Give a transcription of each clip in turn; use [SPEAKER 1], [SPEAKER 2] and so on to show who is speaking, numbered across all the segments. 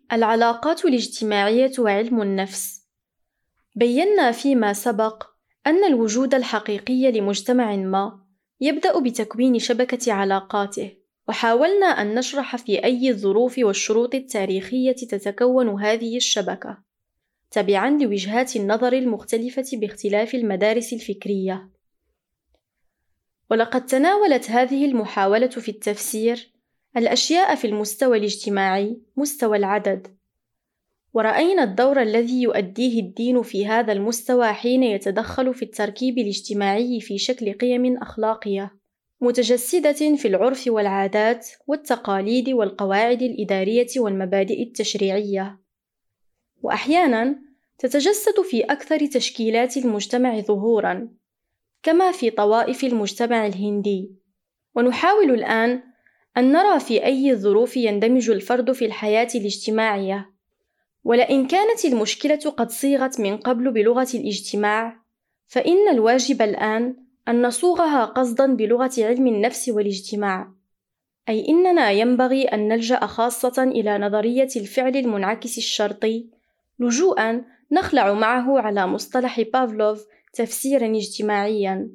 [SPEAKER 1] العلاقات الاجتماعية وعلم النفس. بينا فيما سبق أن الوجود الحقيقي لمجتمع ما يبدأ بتكوين شبكة علاقاته، وحاولنا أن نشرح في أي الظروف والشروط التاريخية تتكون هذه الشبكة، تبعاً لوجهات النظر المختلفة باختلاف المدارس الفكرية. ولقد تناولت هذه المحاولة في التفسير الأشياء في المستوى الاجتماعي، مستوى العدد، ورأينا الدور الذي يؤديه الدين في هذا المستوى حين يتدخل في التركيب الاجتماعي في شكل قيم أخلاقية متجسدة في العرف والعادات والتقاليد والقواعد الإدارية والمبادئ التشريعية، وأحياناً تتجسد في أكثر تشكيلات المجتمع ظهوراً، كما في طوائف المجتمع الهندي. ونحاول الآن أن نرى في أي الظروف يندمج الفرد في الحياة الاجتماعية. ولئن كانت المشكلة قد صيغت من قبل بلغة الاجتماع، فإن الواجب الآن أن نصوغها قصداً بلغة علم النفس والاجتماع، أي إننا ينبغي أن نلجأ خاصة إلى نظرية الفعل المنعكس الشرطي، لجوءاً نخلع معه على مصطلح بافلوف تفسيراً اجتماعياً.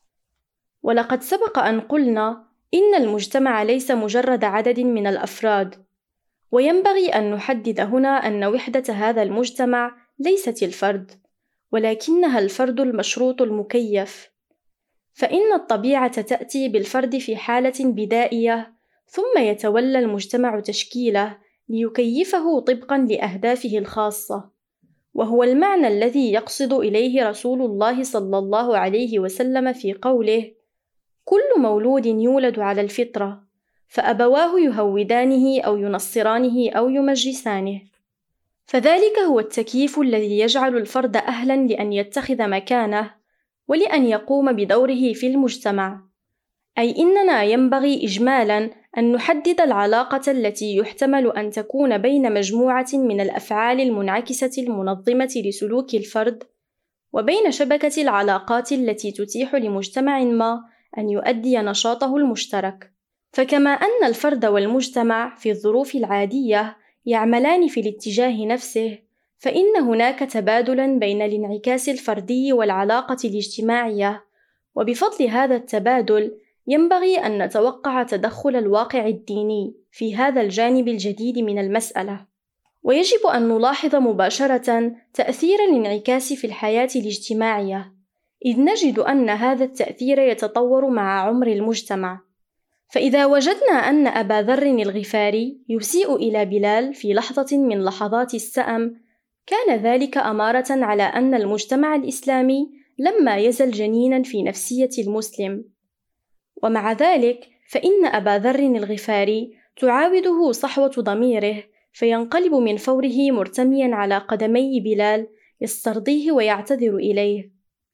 [SPEAKER 1] ولقد سبق أن قلنا إن المجتمع ليس مجرد عدد من الأفراد، وينبغي أن نحدد هنا أن وحدة هذا المجتمع ليست الفرد، ولكنها الفرد المشروط المكيف، فإن الطبيعة تأتي بالفرد في حالة بدائية، ثم يتولى المجتمع تشكيله ليكيفه طبقاً لأهدافه الخاصة، وهو المعنى الذي يقصد إليه رسول الله صلى الله عليه وسلم في قوله: كل مولود يولد على الفطرة، فأبواه يهودانه أو ينصرانه أو يمجسانه. فذلك هو التكييف الذي يجعل الفرد أهلاً لأن يتخذ مكانه ولأن يقوم بدوره في المجتمع، أي إننا ينبغي إجمالاً أن نحدد العلاقة التي يحتمل أن تكون بين مجموعة من الأفعال المنعكسة المنظمة لسلوك الفرد، وبين شبكة العلاقات التي تتيح لمجتمع ما أن يؤدي نشاطه المشترك. فكما أن الفرد والمجتمع في الظروف العادية يعملان في الاتجاه نفسه، فإن هناك تبادلاً بين الانعكاس الفردي والعلاقة الاجتماعية، وبفضل هذا التبادل ينبغي أن نتوقع تدخل الواقع الديني في هذا الجانب الجديد من المسألة. ويجب أن نلاحظ مباشرة تأثير الانعكاس في الحياة الاجتماعية، إذ نجد أن هذا التأثير يتطور مع عمر المجتمع. فإذا وجدنا أن أبا ذر الغفاري يسيء إلى بلال في لحظة من لحظات السأم، كان ذلك أمارة على أن المجتمع الإسلامي لما يزل جنيناً في نفسية المسلم. ومع ذلك فإن أبا ذر الغفاري تعاوده صحوة ضميره، فينقلب من فوره مرتمياً على قدمي بلال يسترضيه ويعتذر إليه.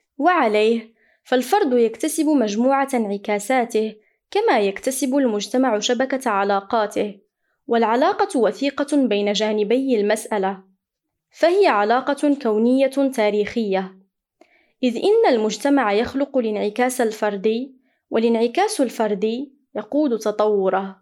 [SPEAKER 1] وعليه فالفرد يكتسب مجموعة انعكاساته، كما يكتسب المجتمع شبكة علاقاته، والعلاقة وثيقة بين جانبي المسألة، فهي علاقة كونية تاريخية، إذ إن المجتمع يخلق الانعكاس الفردي، والانعكاس الفردي يقود تطوره.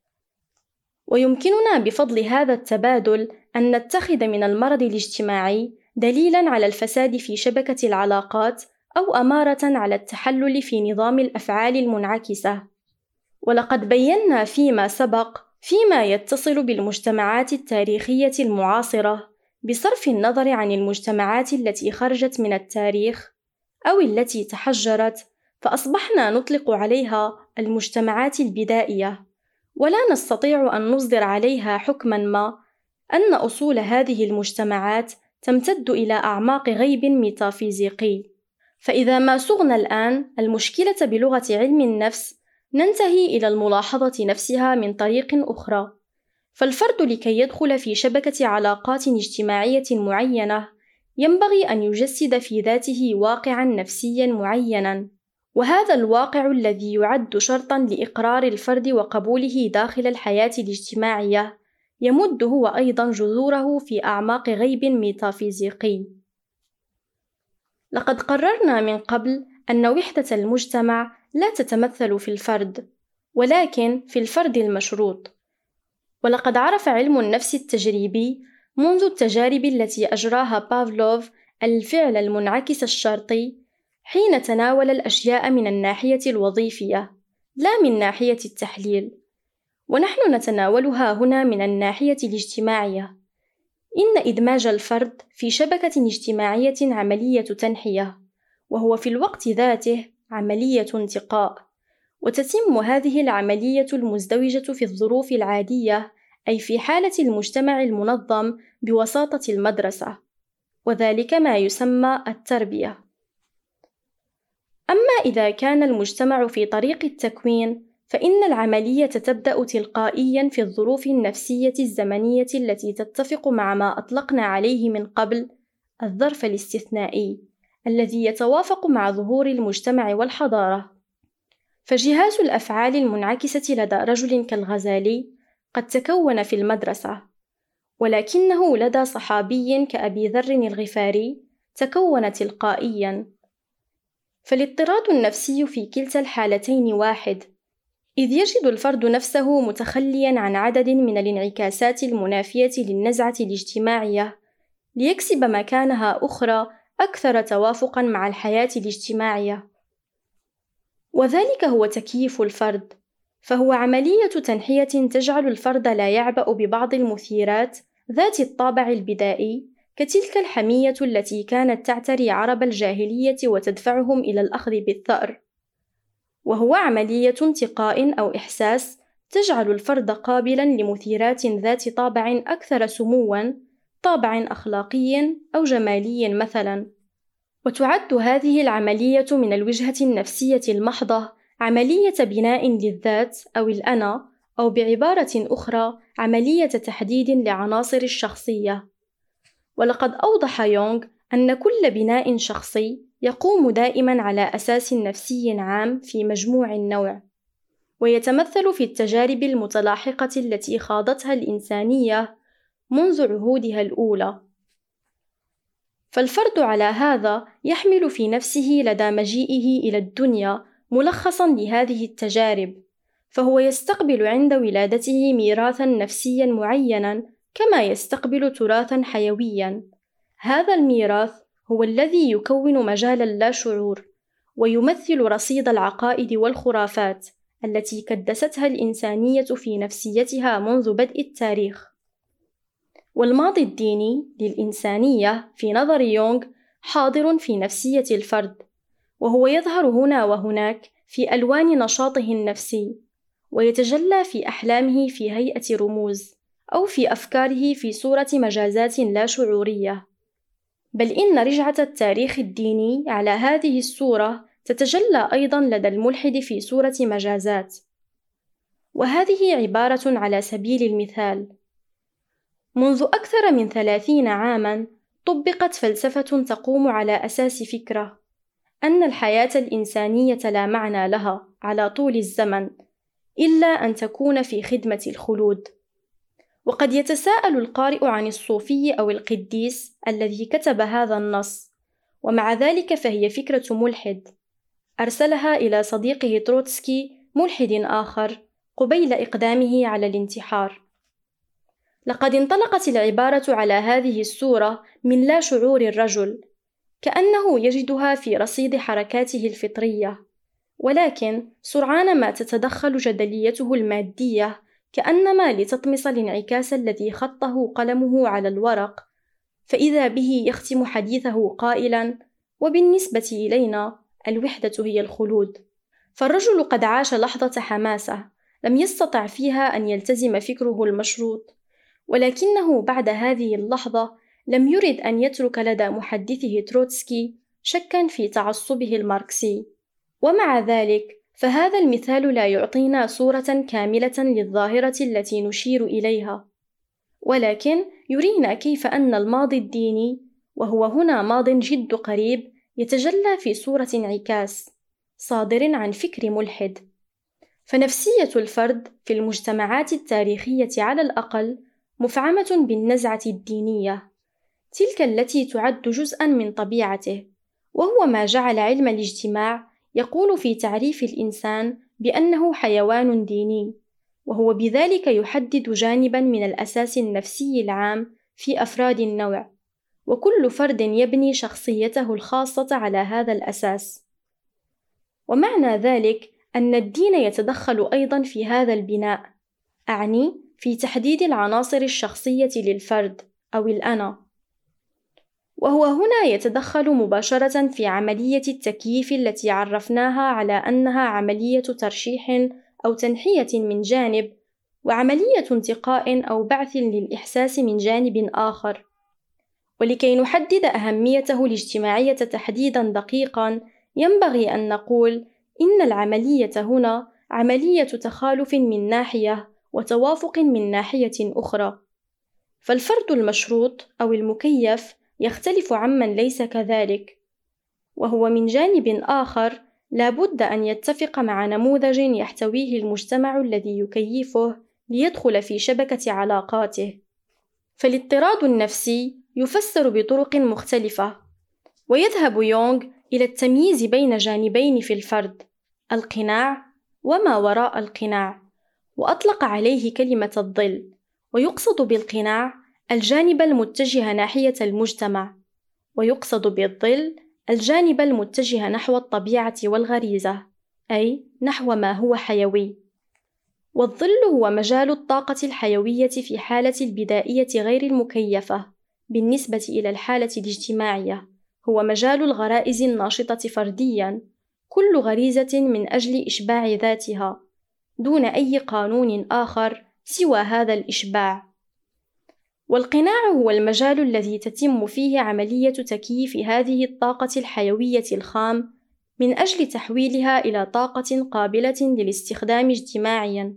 [SPEAKER 1] ويمكننا بفضل هذا التبادل أن نتخذ من المرض الاجتماعي دليلاً على الفساد في شبكة العلاقات، أو أمارة على التحلل في نظام الأفعال المنعكسة. ولقد بينا فيما سبق فيما يتصل بالمجتمعات التاريخية المعاصرة، بصرف النظر عن المجتمعات التي خرجت من التاريخ أو التي تحجرت، فأصبحنا نطلق عليها المجتمعات البدائية، ولا نستطيع أن نصدر عليها حكماً ما أن أصول هذه المجتمعات تمتد إلى أعماق غيب ميتافيزيقي. فإذا ما صغنا الآن المشكلة بلغة علم النفس، ننتهي إلى الملاحظة نفسها من طريق أخرى. فالفرد لكي يدخل في شبكة علاقات اجتماعية معينة ينبغي أن يجسد في ذاته واقعاً نفسياً معيناً، وهذا الواقع الذي يعد شرطاً لإقرار الفرد وقبوله داخل الحياة الاجتماعية يمد هو أيضاً جذوره في أعماق غيب ميتافيزيقي. لقد قررنا من قبل أن وحدة المجتمع لا تتمثل في الفرد، ولكن في الفرد المشروط. ولقد عرف علم النفس التجريبي منذ التجارب التي أجراها بافلوف الفعل المنعكس الشرطي حين تناول الأشياء من الناحية الوظيفية لا من ناحية التحليل، ونحن نتناولها هنا من الناحية الاجتماعية. إن إدماج الفرد في شبكة اجتماعية عملية تنحية، وهو في الوقت ذاته عملية انتقاء، وتتم هذه العملية المزدوجة في الظروف العادية، أي في حالة المجتمع المنظم بوساطة المدرسة، وذلك ما يسمى التربية. أما إذا كان المجتمع في طريق التكوين، فإن العملية تبدأ تلقائياً في الظروف النفسية الزمنية التي تتفق مع ما أطلقنا عليه من قبل الظرف الاستثنائي، الذي يتوافق مع ظهور المجتمع والحضارة. فجهاز الأفعال المنعكسة لدى رجل كالغزالي قد تكون في المدرسة، ولكنه لدى صحابي كأبي ذر الغفاري تكون تلقائياً. فالاضطراد النفسي في كلتا الحالتين واحد، إذ يجد الفرد نفسه متخلياً عن عدد من الانعكاسات المنافية للنزعة الاجتماعية ليكسب مكانها أخرى أكثر توافقاً مع الحياة الاجتماعية، وذلك هو تكييف الفرد، فهو عملية تنحية تجعل الفرد لا يعبأ ببعض المثيرات ذات الطابع البدائي، كتلك الحمية التي كانت تعتري عرب الجاهلية وتدفعهم إلى الأخذ بالثأر، وهو عملية انتقاء أو إحساس تجعل الفرد قابلاً لمثيرات ذات طابع أكثر سمواً، طابع أخلاقي أو جمالي مثلاً. وتعد هذه العملية من الوجهة النفسية المحضة عملية بناء للذات أو الأنا، أو بعبارة أخرى عملية تحديد لعناصر الشخصية. ولقد أوضح يونغ أن كل بناء شخصي يقوم دائماً على أساس نفسي عام في مجموع النوع، ويتمثل في التجارب المتلاحقة التي خاضتها الإنسانية منذ عهودها الأولى. فالفرد على هذا يحمل في نفسه لدى مجيئه إلى الدنيا ملخصاً لهذه التجارب، فهو يستقبل عند ولادته ميراثاً نفسياً معيناً كما يستقبل تراثاً حيوياً. هذا الميراث هو الذي يكون مجال اللاشعور، ويمثل رصيد العقائد والخرافات التي كدستها الإنسانية في نفسيتها منذ بدء التاريخ. والماضي الديني للإنسانية في نظر يونغ حاضر في نفسية الفرد، وهو يظهر هنا وهناك في ألوان نشاطه النفسي، ويتجلى في أحلامه في هيئة رموز، أو في أفكاره في صورة مجازات لا شعورية. بل إن رجعة التاريخ الديني على هذه الصورة تتجلى أيضاً لدى الملحد في صورة مجازات. وهذه عبارة على سبيل المثال: منذ أكثر من 30 عاماً طبقت فلسفة تقوم على أساس فكرة أن الحياة الإنسانية لا معنى لها على طول الزمن إلا أن تكون في خدمة الخلود. وقد يتساءل القارئ عن الصوفي أو القديس الذي كتب هذا النص، ومع ذلك فهي فكرة ملحد أرسلها إلى صديقه تروتسكي ملحد آخر قبيل إقدامه على الانتحار. لقد انطلقت العبارة على هذه الصورة من لا شعور الرجل، كأنه يجدها في رصيد حركاته الفطرية، ولكن سرعان ما تتدخل جدليته المادية كأنما لتطمس الانعكاس الذي خطه قلمه على الورق، فإذا به يختم حديثه قائلاً: وبالنسبة إلينا الوحدة هي الخلود. فالرجل قد عاش لحظة حماسة لم يستطع فيها أن يلتزم فكره المشروط، ولكنه بعد هذه اللحظة لم يرد أن يترك لدى محدثه تروتسكي شكاً في تعصبه الماركسي. ومع ذلك فهذا المثال لا يعطينا صورة كاملة للظاهرة التي نشير إليها، ولكن يرينا كيف أن الماضي الديني، وهو هنا ماض جد قريب، يتجلى في صورة انعكاس صادر عن فكر ملحد. فنفسية الفرد في المجتمعات التاريخية على الأقل مفعمة بالنزعة الدينية، تلك التي تعد جزءاً من طبيعته، وهو ما جعل علم الاجتماع يقول في تعريف الإنسان بأنه حيوان ديني، وهو بذلك يحدد جانبًا من الأساس النفسي العام في أفراد النوع، وكل فرد يبني شخصيته الخاصة على هذا الأساس. ومعنى ذلك أن الدين يتدخل أيضًا في هذا البناء، أعني في تحديد العناصر الشخصية للفرد أو الأنا، وهو هنا يتدخل مباشرة في عملية التكييف التي عرفناها على أنها عملية ترشيح أو تنحية من جانب، وعملية انتقاء أو بعث للإحساس من جانب آخر. ولكي نحدد أهميته الاجتماعية تحديدًا دقيقًا، ينبغي أن نقول إن العملية هنا عملية تخالف من ناحية وتوافق من ناحية أخرى، فالفرد المشروط أو المكيف يختلف عمن ليس كذلك، وهو من جانب آخر لا بد أن يتفق مع نموذج يحتويه المجتمع الذي يكيفه ليدخل في شبكة علاقاته. فالاضطراد النفسي يفسر بطرق مختلفة، ويذهب يونغ إلى التمييز بين جانبين في الفرد: القناع وما وراء القناع، وأطلق عليه كلمة الظل، ويقصد بالقناع الجانب المتجه ناحية المجتمع، ويقصد بالظل الجانب المتجه نحو الطبيعة والغريزة، أي نحو ما هو حيوي. والظل هو مجال الطاقة الحيوية في حالة البدائية غير المكيفة. بالنسبة إلى الحالة الاجتماعية، هو مجال الغرائز الناشطة فردياً، كل غريزة من أجل إشباع ذاتها، دون أي قانون آخر سوى هذا الإشباع. والقناع هو المجال الذي تتم فيه عملية تكييف هذه الطاقة الحيوية الخام من أجل تحويلها إلى طاقة قابلة للاستخدام اجتماعياً،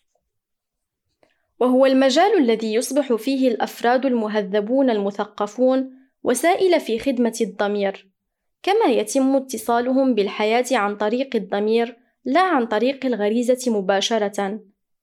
[SPEAKER 1] وهو المجال الذي يصبح فيه الأفراد المهذبون المثقفون وسائل في خدمة الضمير، كما يتم اتصالهم بالحياة عن طريق الضمير لا عن طريق الغريزة مباشرة.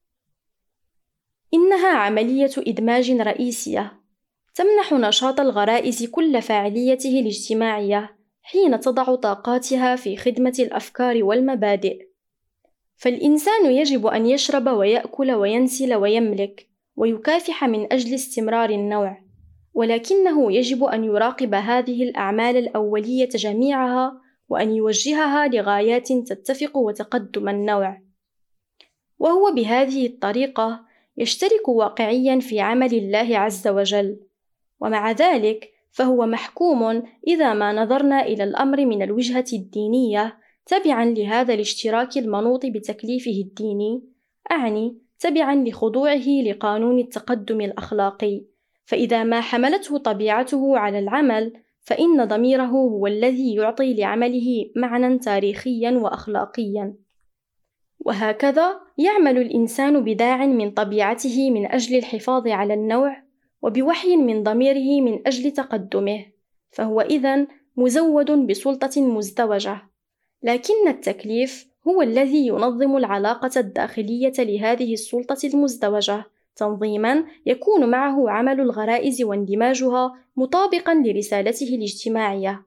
[SPEAKER 1] إنها عملية إدماج رئيسية تمنح نشاط الغرائز كل فاعليته الاجتماعية حين تضع طاقاتها في خدمة الأفكار والمبادئ. فالإنسان يجب أن يشرب ويأكل وينسل ويملك ويكافح من أجل استمرار النوع، ولكنه يجب أن يراقب هذه الأعمال الأولية جميعها وأن يوجهها لغايات تتفق وتقدم النوع، وهو بهذه الطريقة يشترك واقعياً في عمل الله عز وجل. ومع ذلك فهو محكوم إذا ما نظرنا إلى الأمر من الوجهة الدينية تبعاً لهذا الاشتراك المنوط بتكليفه الديني، أعني تبعاً لخضوعه لقانون التقدم الأخلاقي. فإذا ما حملته طبيعته على العمل، فإن ضميره هو الذي يعطي لعمله معنى تاريخياً وأخلاقياً. وهكذا يعمل الإنسان بداع من طبيعته من أجل الحفاظ على النوع، وبوحي من ضميره من أجل تقدمه، فهو إذن مزود بسلطة مزدوجة. لكن التكليف هو الذي ينظم العلاقة الداخلية لهذه السلطة المزدوجة تنظيماً يكون معه عمل الغرائز واندماجها مطابقاً لرسالته الاجتماعية.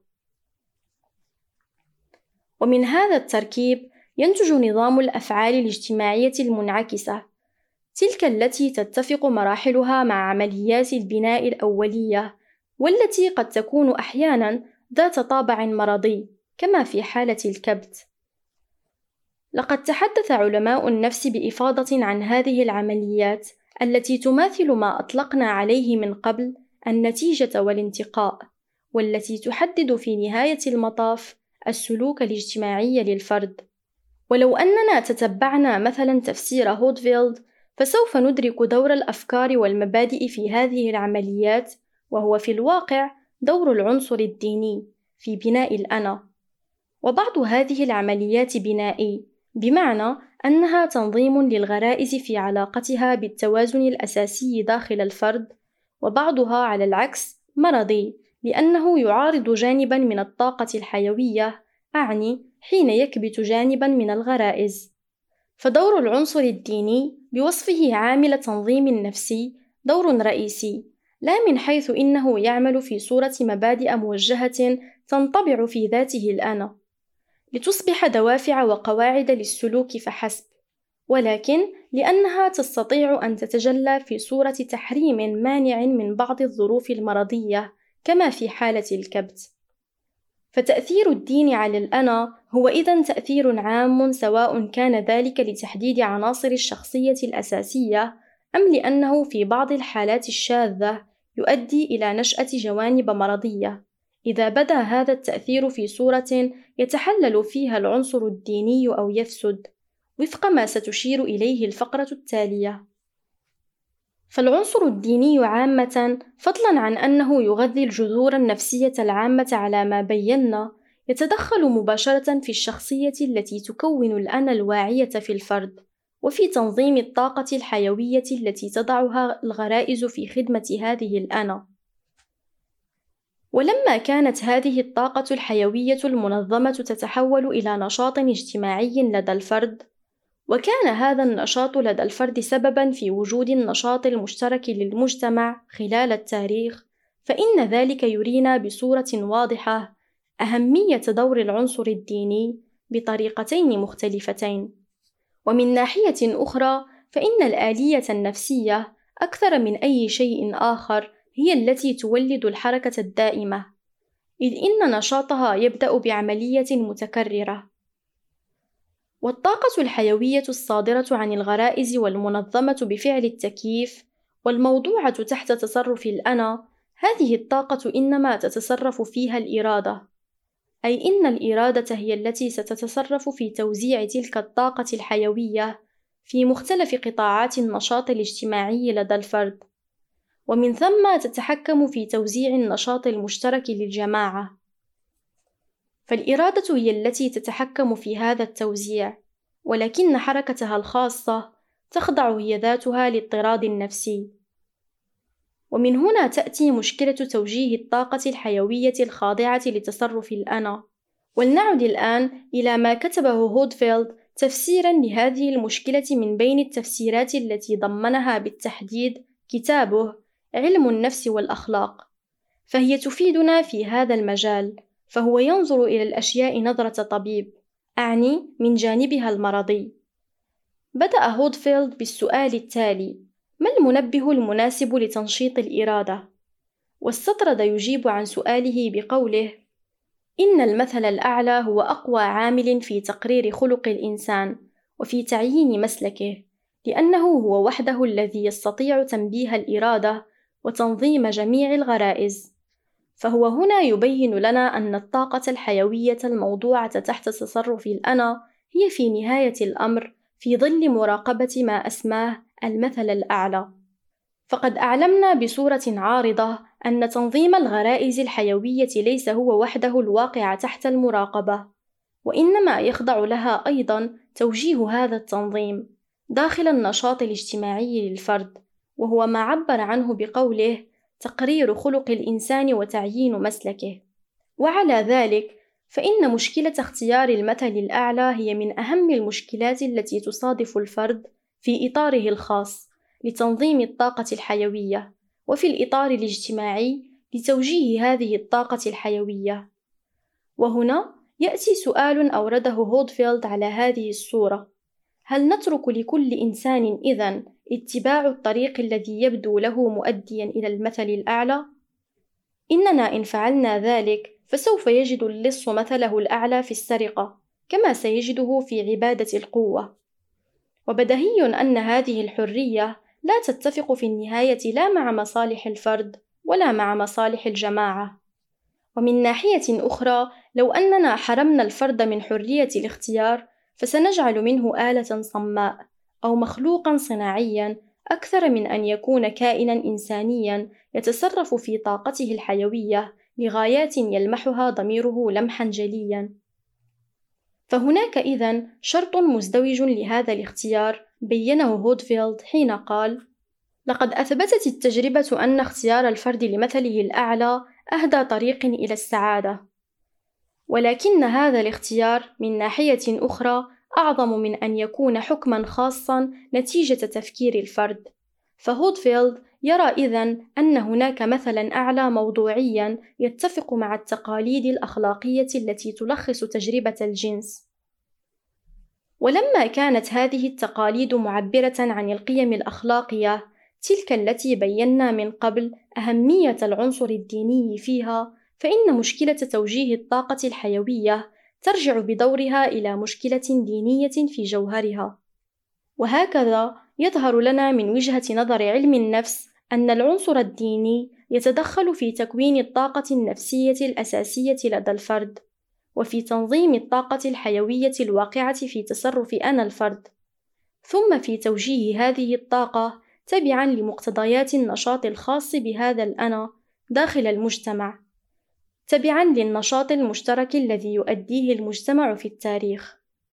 [SPEAKER 1] ومن هذا التركيب ينتج نظام الأفعال الاجتماعية المنعكسة، تلك التي تتفق مراحلها مع عمليات البناء الأولية، والتي قد تكون أحياناً ذات طابع مرضي كما في حالة الكبت. لقد تحدث علماء النفس بإفاضة عن هذه العمليات التي تماثل ما أطلقنا عليه من قبل النتيجة والانتقاء، والتي تحدد في نهاية المطاف السلوك الاجتماعي للفرد. ولو أننا تتبعنا مثلا تفسير هودفيلد، فسوف ندرك دور الأفكار والمبادئ في هذه العمليات، وهو في الواقع دور العنصر الديني في بناء الأنا. وبعض هذه العمليات بنائي، بمعنى أنها تنظيم للغرائز في علاقتها بالتوازن الأساسي داخل الفرد، وبعضها على العكس مرضي، لأنه يعارض جانباً من الطاقة الحيوية، أعني حين يكبت جانباً من الغرائز. فدور العنصر الديني بوصفه عامل تنظيم نفسي دور رئيسي، لا من حيث إنه يعمل في صورة مبادئ موجهة تنطبع في ذاته الأنا، لتصبح دوافع وقواعد للسلوك فحسب، ولكن لأنها تستطيع أن تتجلى في صورة تحريم مانع من بعض الظروف المرضية كما في حالة الكبت. فتأثير الدين على الأنا هو إذن تأثير عام، سواء كان ذلك لتحديد عناصر الشخصية الأساسية أم لأنه في بعض الحالات الشاذة يؤدي إلى نشأة جوانب مرضية، إذا بدا هذا التأثير في صورة يتحلل فيها العنصر الديني أو يفسد، وفق ما ستشير إليه الفقرة التالية. فالعنصر الديني عامة، فضلاً عن أنه يغذي الجذور النفسية العامة على ما بينا، يتدخل مباشرة في الشخصية التي تكون الأنا الواعية في الفرد، وفي تنظيم الطاقة الحيوية التي تضعها الغرائز في خدمة هذه الأنا. ولما كانت هذه الطاقة الحيوية المنظمة تتحول إلى نشاط اجتماعي لدى الفرد، وكان هذا النشاط لدى الفرد سبباً في وجود النشاط المشترك للمجتمع خلال التاريخ، فإن ذلك يرينا بصورة واضحة أهمية دور العنصر الديني بطريقتين مختلفتين. ومن ناحية أخرى، فإن الآلية النفسية أكثر من أي شيء آخر هي التي تولد الحركة الدائمة، إذ إن نشاطها يبدأ بعملية متكررة. والطاقة الحيوية الصادرة عن الغرائز والمنظمة بفعل التكييف والموضوعة تحت تصرف الأنا، هذه الطاقة إنما تتصرف فيها الإرادة، أي إن الإرادة هي التي ستتصرف في توزيع تلك الطاقة الحيوية في مختلف قطاعات النشاط الاجتماعي لدى الفرد، ومن ثم تتحكم في توزيع النشاط المشترك للجماعة. فالإرادة هي التي تتحكم في هذا التوزيع، ولكن حركتها الخاصة تخضع هي ذاتها لاضطراد نفسي. ومن هنا تأتي مشكلة توجيه الطاقة الحيوية الخاضعة لتصرف الأنا. ولنعد الآن إلى ما كتبه هودفيلد تفسيراً لهذه المشكلة من بين التفسيرات التي ضمنها بالتحديد كتابه علم النفس والأخلاق، فهي تفيدنا في هذا المجال، فهو ينظر إلى الأشياء نظرة طبيب، أعني من جانبها المرضي. بدأ هودفيلد بالسؤال التالي: ما المنبه المناسب لتنشيط الإرادة؟ واستطرد يجيب عن سؤاله بقوله: إن المثل الأعلى هو أقوى عامل في تقرير خلق الإنسان وفي تعيين مسلكه، لأنه هو وحده الذي يستطيع تنبيه الإرادة وتنظيم جميع الغرائز. فهو هنا يبين لنا أن الطاقة الحيوية الموضوعة تحت تصرف الأنا هي في نهاية الأمر في ظل مراقبة ما أسماه المثل الأعلى. فقد أعلمنا بصورة عارضة أن تنظيم الغرائز الحيوية ليس هو وحده الواقع تحت المراقبة، وإنما يخضع لها أيضاً توجيه هذا التنظيم داخل النشاط الاجتماعي للفرد، وهو ما عبر عنه بقوله: تقرير خلق الإنسان وتعيين مسلكه. وعلى ذلك فإن مشكلة اختيار المثل الأعلى هي من أهم المشكلات التي تصادف الفرد في إطاره الخاص لتنظيم الطاقة الحيوية، وفي الإطار الاجتماعي لتوجيه هذه الطاقة الحيوية. وهنا يأتي سؤال أورده هودفيلد على هذه الصورة: هل نترك لكل إنسان إذن اتباع الطريق الذي يبدو له مؤديا إلى المثل الأعلى؟ إننا إن فعلنا ذلك فسوف يجد اللص مثله الأعلى في السرقة، كما سيجده في عبادة القوة. وبديهي أن هذه الحرية لا تتفق في النهاية لا مع مصالح الفرد ولا مع مصالح الجماعة. ومن ناحية أخرى، لو أننا حرمنا الفرد من حرية الاختيار، فسنجعل منه آلة صماء أو مخلوقاً صناعياً أكثر من أن يكون كائناً إنسانياً يتصرف في طاقته الحيوية لغايات يلمحها ضميره لمحاً جلياً. فهناك إذن شرط مزدوج لهذا الاختيار بيّنه هودفيلد حين قال: لقد أثبتت التجربة أن اختيار الفرد لمثله الأعلى أهدى طريق إلى السعادة، ولكن هذا الاختيار من ناحية أخرى أعظم من أن يكون حكماً خاصاً نتيجة تفكير الفرد. فهودفيلد يرى إذن أن هناك مثلاً أعلى موضوعياً يتفق مع التقاليد الأخلاقية التي تلخص تجربة الجنس. ولما كانت هذه التقاليد معبرة عن القيم الأخلاقية تلك التي بينا من قبل أهمية العنصر الديني فيها، فإن مشكلة توجيه الطاقة الحيوية ترجع بدورها إلى مشكلة دينية في جوهرها. وهكذا يظهر لنا من وجهة نظر علم النفس أن العنصر الديني يتدخل في تكوين الطاقة النفسية الأساسية لدى الفرد، وفي تنظيم الطاقة الحيوية الواقعة في تصرف أنا الفرد، ثم في توجيه هذه الطاقة تبعاً لمقتضيات النشاط الخاص بهذا الأنا داخل المجتمع، تبعاً للنشاط المشترك الذي يؤديه المجتمع في التاريخ.